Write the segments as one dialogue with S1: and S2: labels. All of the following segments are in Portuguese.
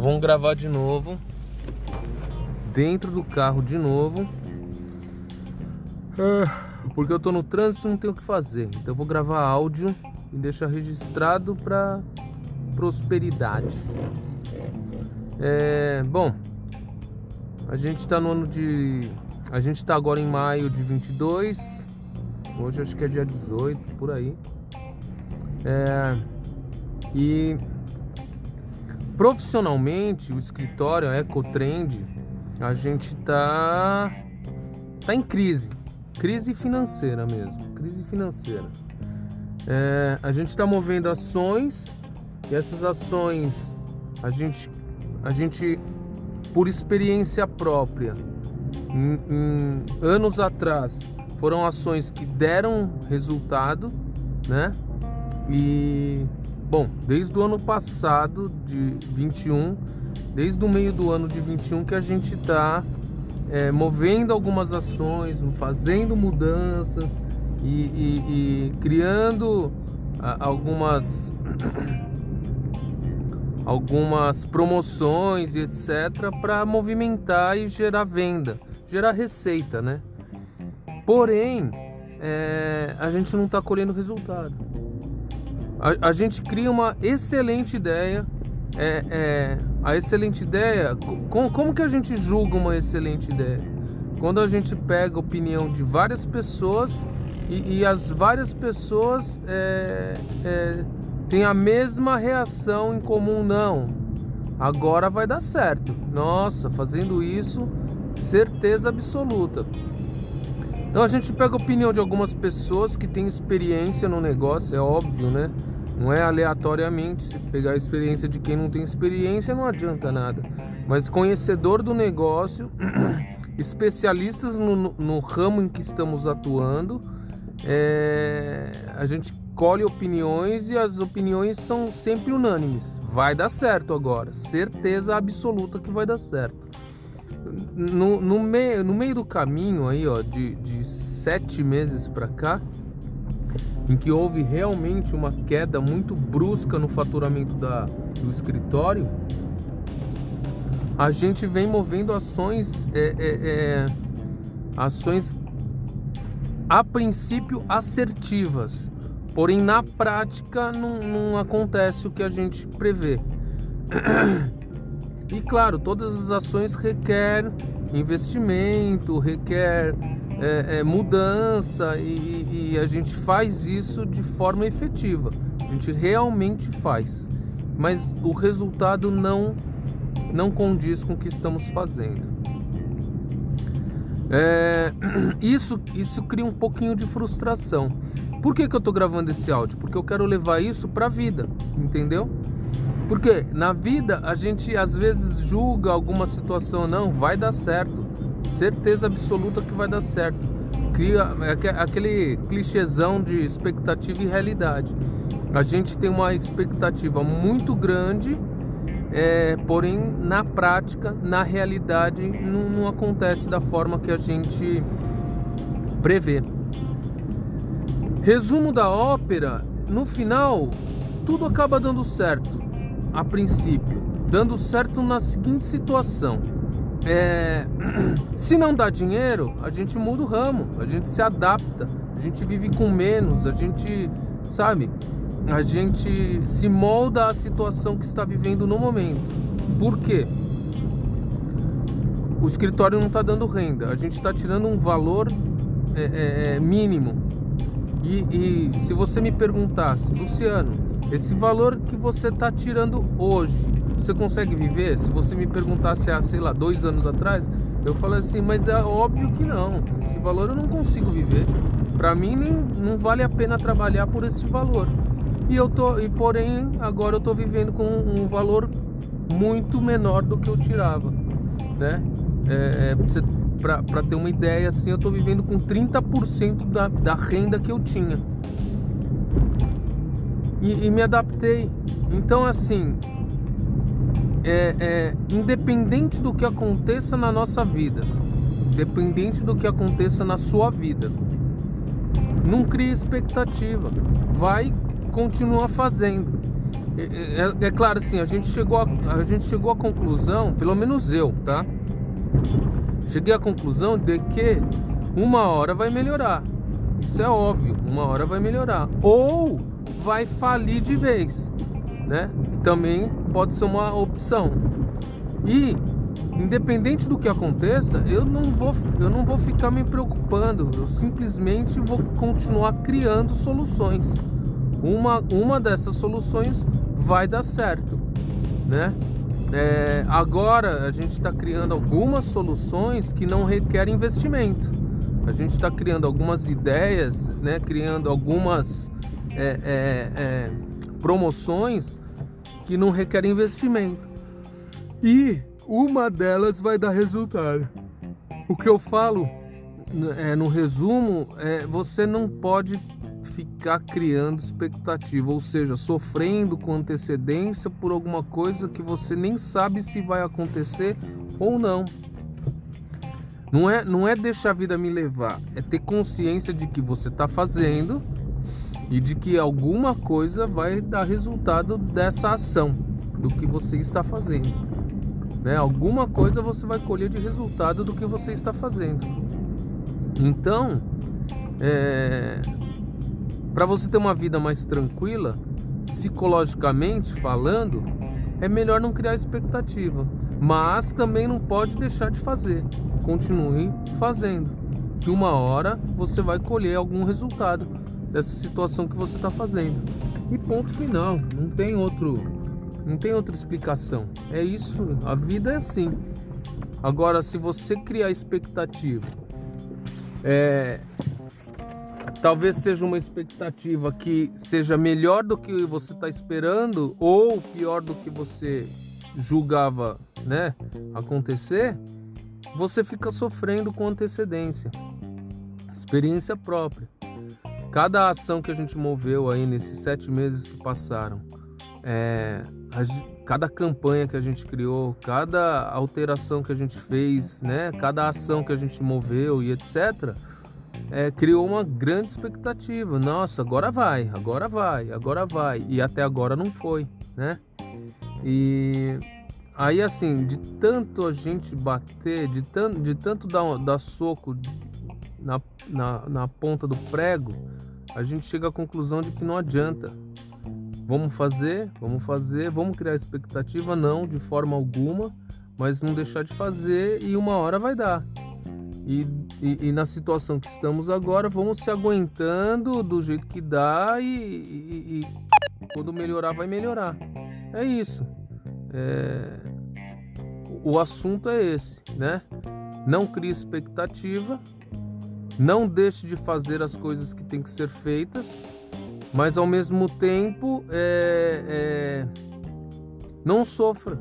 S1: Ó, vamos gravar de novo. Dentro do carro de novo. Porque eu tô no trânsito e não tenho o que fazer. Então eu vou gravar áudio e deixar registrado para prosperidade. Bom, a gente tá no ano de... A gente tá agora em maio de 22. Hoje acho que é dia 18, por aí. E profissionalmente, o escritório, a Ecotrend, a gente tá em crise. Crise financeira mesmo. Crise financeira. A gente tá movendo ações. E essas ações, a gente por experiência própria, em anos atrás, foram ações que deram resultado, né? E, bom, desde o ano passado, de 21, desde o meio do ano de 21, que a gente está movendo algumas ações, fazendo mudanças e criando algumas promoções e etc. para movimentar e gerar venda, gerar receita, né? Porém, a gente não está colhendo resultado. A gente cria uma excelente ideia. A excelente ideia, como que a gente julga uma excelente ideia? Quando a gente pega a opinião de várias pessoas e as várias pessoas têm a mesma reação em comum. Não, agora vai dar certo. Nossa, fazendo isso, certeza absoluta. Então a gente pega a opinião de algumas pessoas que têm experiência no negócio, é óbvio, né? Não é aleatoriamente. Se pegar a experiência de quem não tem experiência, não adianta nada. Mas conhecedor do negócio, especialistas no ramo em que estamos atuando, a gente colhe opiniões e as opiniões são sempre unânimes. Vai dar certo agora, certeza absoluta que vai dar certo. No meio do caminho aí, ó, de 7 meses para cá, em que houve realmente uma queda muito brusca no faturamento do escritório, a gente vem movendo ações a princípio assertivas, porém na prática não acontece o que a gente prevê. E claro, todas as ações requerem investimento, requer mudança e a gente faz isso de forma efetiva. A gente realmente faz, mas o resultado não condiz com o que estamos fazendo. Isso cria um pouquinho de frustração. Por que eu estou gravando esse áudio? Porque eu quero levar isso para a vida, entendeu? Porque na vida a gente às vezes julga alguma situação, não, vai dar certo, certeza absoluta que vai dar certo. Cria aquele clichêzão de expectativa e realidade. A gente tem uma expectativa muito grande, porém na prática, na realidade, não acontece da forma que a gente prevê. Resumo da ópera: no final, tudo acaba dando certo. A princípio, dando certo na seguinte situação: se não dá dinheiro, a gente muda o ramo, a gente se adapta, a gente vive com menos, a gente, sabe, a gente se molda à situação que está vivendo no momento. Por quê? O escritório não está dando renda, a gente está tirando um valor mínimo. E se você me perguntasse, Luciano, esse valor que você está tirando hoje, você consegue viver? Se você me perguntasse há, sei lá, 2 anos atrás, eu falei assim, mas é óbvio que não. Esse valor eu não consigo viver. Para mim não vale a pena trabalhar por esse valor. Porém, agora eu estou vivendo com um valor muito menor do que eu tirava, né? Para ter uma ideia, assim, eu estou vivendo com 30% da renda que eu tinha. E me adaptei. Então, assim, independente do que aconteça na nossa vida, independente do que aconteça na sua vida, não crie expectativa. Vai continuar fazendo. É claro, assim, a gente chegou à conclusão, pelo menos eu, tá? Cheguei à conclusão de que uma hora vai melhorar. Isso é óbvio, uma hora vai melhorar. Ou vai falir de vez, né? Que também pode ser uma opção. E independente do que aconteça, eu não vou ficar me preocupando. Eu simplesmente vou continuar criando soluções. Uma dessas soluções vai dar certo, né? Agora a gente está criando algumas soluções que não requerem investimento. A gente está criando algumas ideias, né? Criando algumas promoções que não requerem investimento. E uma delas vai dar resultado. O que eu falo no resumo você não pode ficar criando expectativa, ou seja, sofrendo com antecedência por alguma coisa que você nem sabe se vai acontecer ou não. Não é deixar a vida me levar, é ter consciência de que você está fazendo e de que alguma coisa vai dar resultado dessa ação, do que você está fazendo, né? Alguma coisa você vai colher de resultado do que você está fazendo. Então, para você ter uma vida mais tranquila, psicologicamente falando, é melhor não criar expectativa, mas também não pode deixar de fazer. Continue fazendo, que uma hora você vai colher algum resultado dessa situação que você está fazendo. E ponto final, não tem outra explicação. É isso, a vida é assim. Agora, se você criar expectativa, talvez seja uma expectativa que seja melhor do que você está esperando ou pior do que você julgava, né, acontecer, você fica sofrendo com antecedência. Experiência própria. Cada ação que a gente moveu aí nesses 7 meses que passaram, cada campanha que a gente criou, cada alteração que a gente fez, né, cada ação que a gente moveu e etc., criou uma grande expectativa. Nossa, agora vai. E até agora não foi, né? E aí, assim, de tanto a gente bater, de tanto dar soco na ponta do prego, a gente chega à conclusão de que não adianta. Vamos criar expectativa, não, de forma alguma, mas não deixar de fazer e uma hora vai dar. E na situação que estamos agora, vamos se aguentando do jeito que dá e quando melhorar, vai melhorar. É isso. O assunto é esse, né? Não crie expectativa, não deixe de fazer as coisas que tem que ser feitas, mas ao mesmo tempo não sofra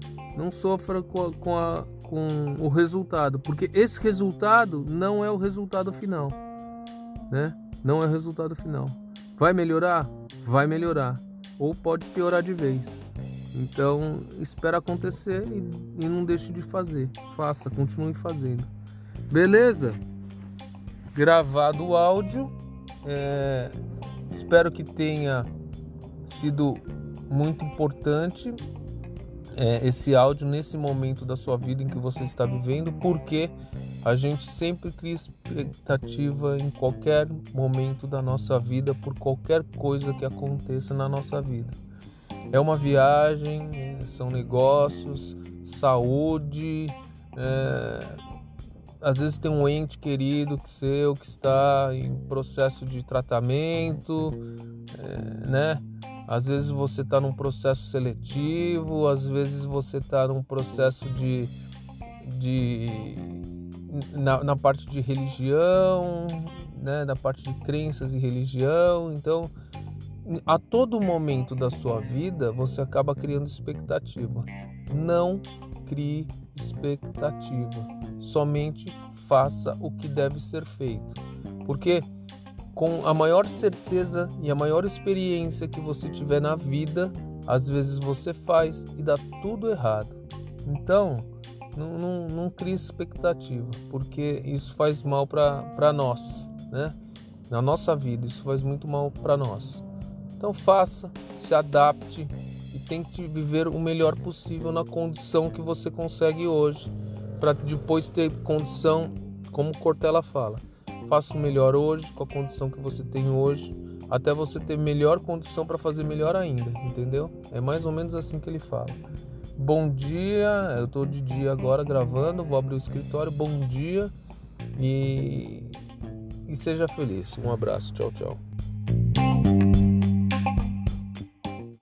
S1: com o resultado, porque esse resultado não é o resultado final, né? Não é o resultado final. Vai melhorar? Vai melhorar, ou pode piorar de vez. Então, espera acontecer e não deixe de fazer. Faça, continue fazendo. Beleza? Gravado o áudio. Espero que tenha sido muito importante esse áudio nesse momento da sua vida em que você está vivendo, porque a gente sempre cria expectativa em qualquer momento da nossa vida por qualquer coisa que aconteça na nossa vida. É uma viagem, são negócios, saúde, às vezes tem um ente querido que está em processo de tratamento, né? Às vezes você está num processo seletivo, às vezes você está num processo na parte de religião, né? Na parte de crenças e religião. Então, a todo momento da sua vida, você acaba criando expectativa. Não crie expectativa. Somente faça o que deve ser feito. Porque com a maior certeza e a maior experiência que você tiver na vida, às vezes você faz e dá tudo errado. Então, não crie expectativa, porque isso faz mal para nós, né? Na nossa vida, isso faz muito mal para nós. Então faça, se adapte e tente viver o melhor possível na condição que você consegue hoje, para depois ter condição, como Cortella fala, faça o melhor hoje com a condição que você tem hoje, até você ter melhor condição para fazer melhor ainda, entendeu? É mais ou menos assim que ele fala. Bom dia, eu tô de dia agora gravando, vou abrir o escritório, bom dia e seja feliz. Um abraço, tchau, tchau.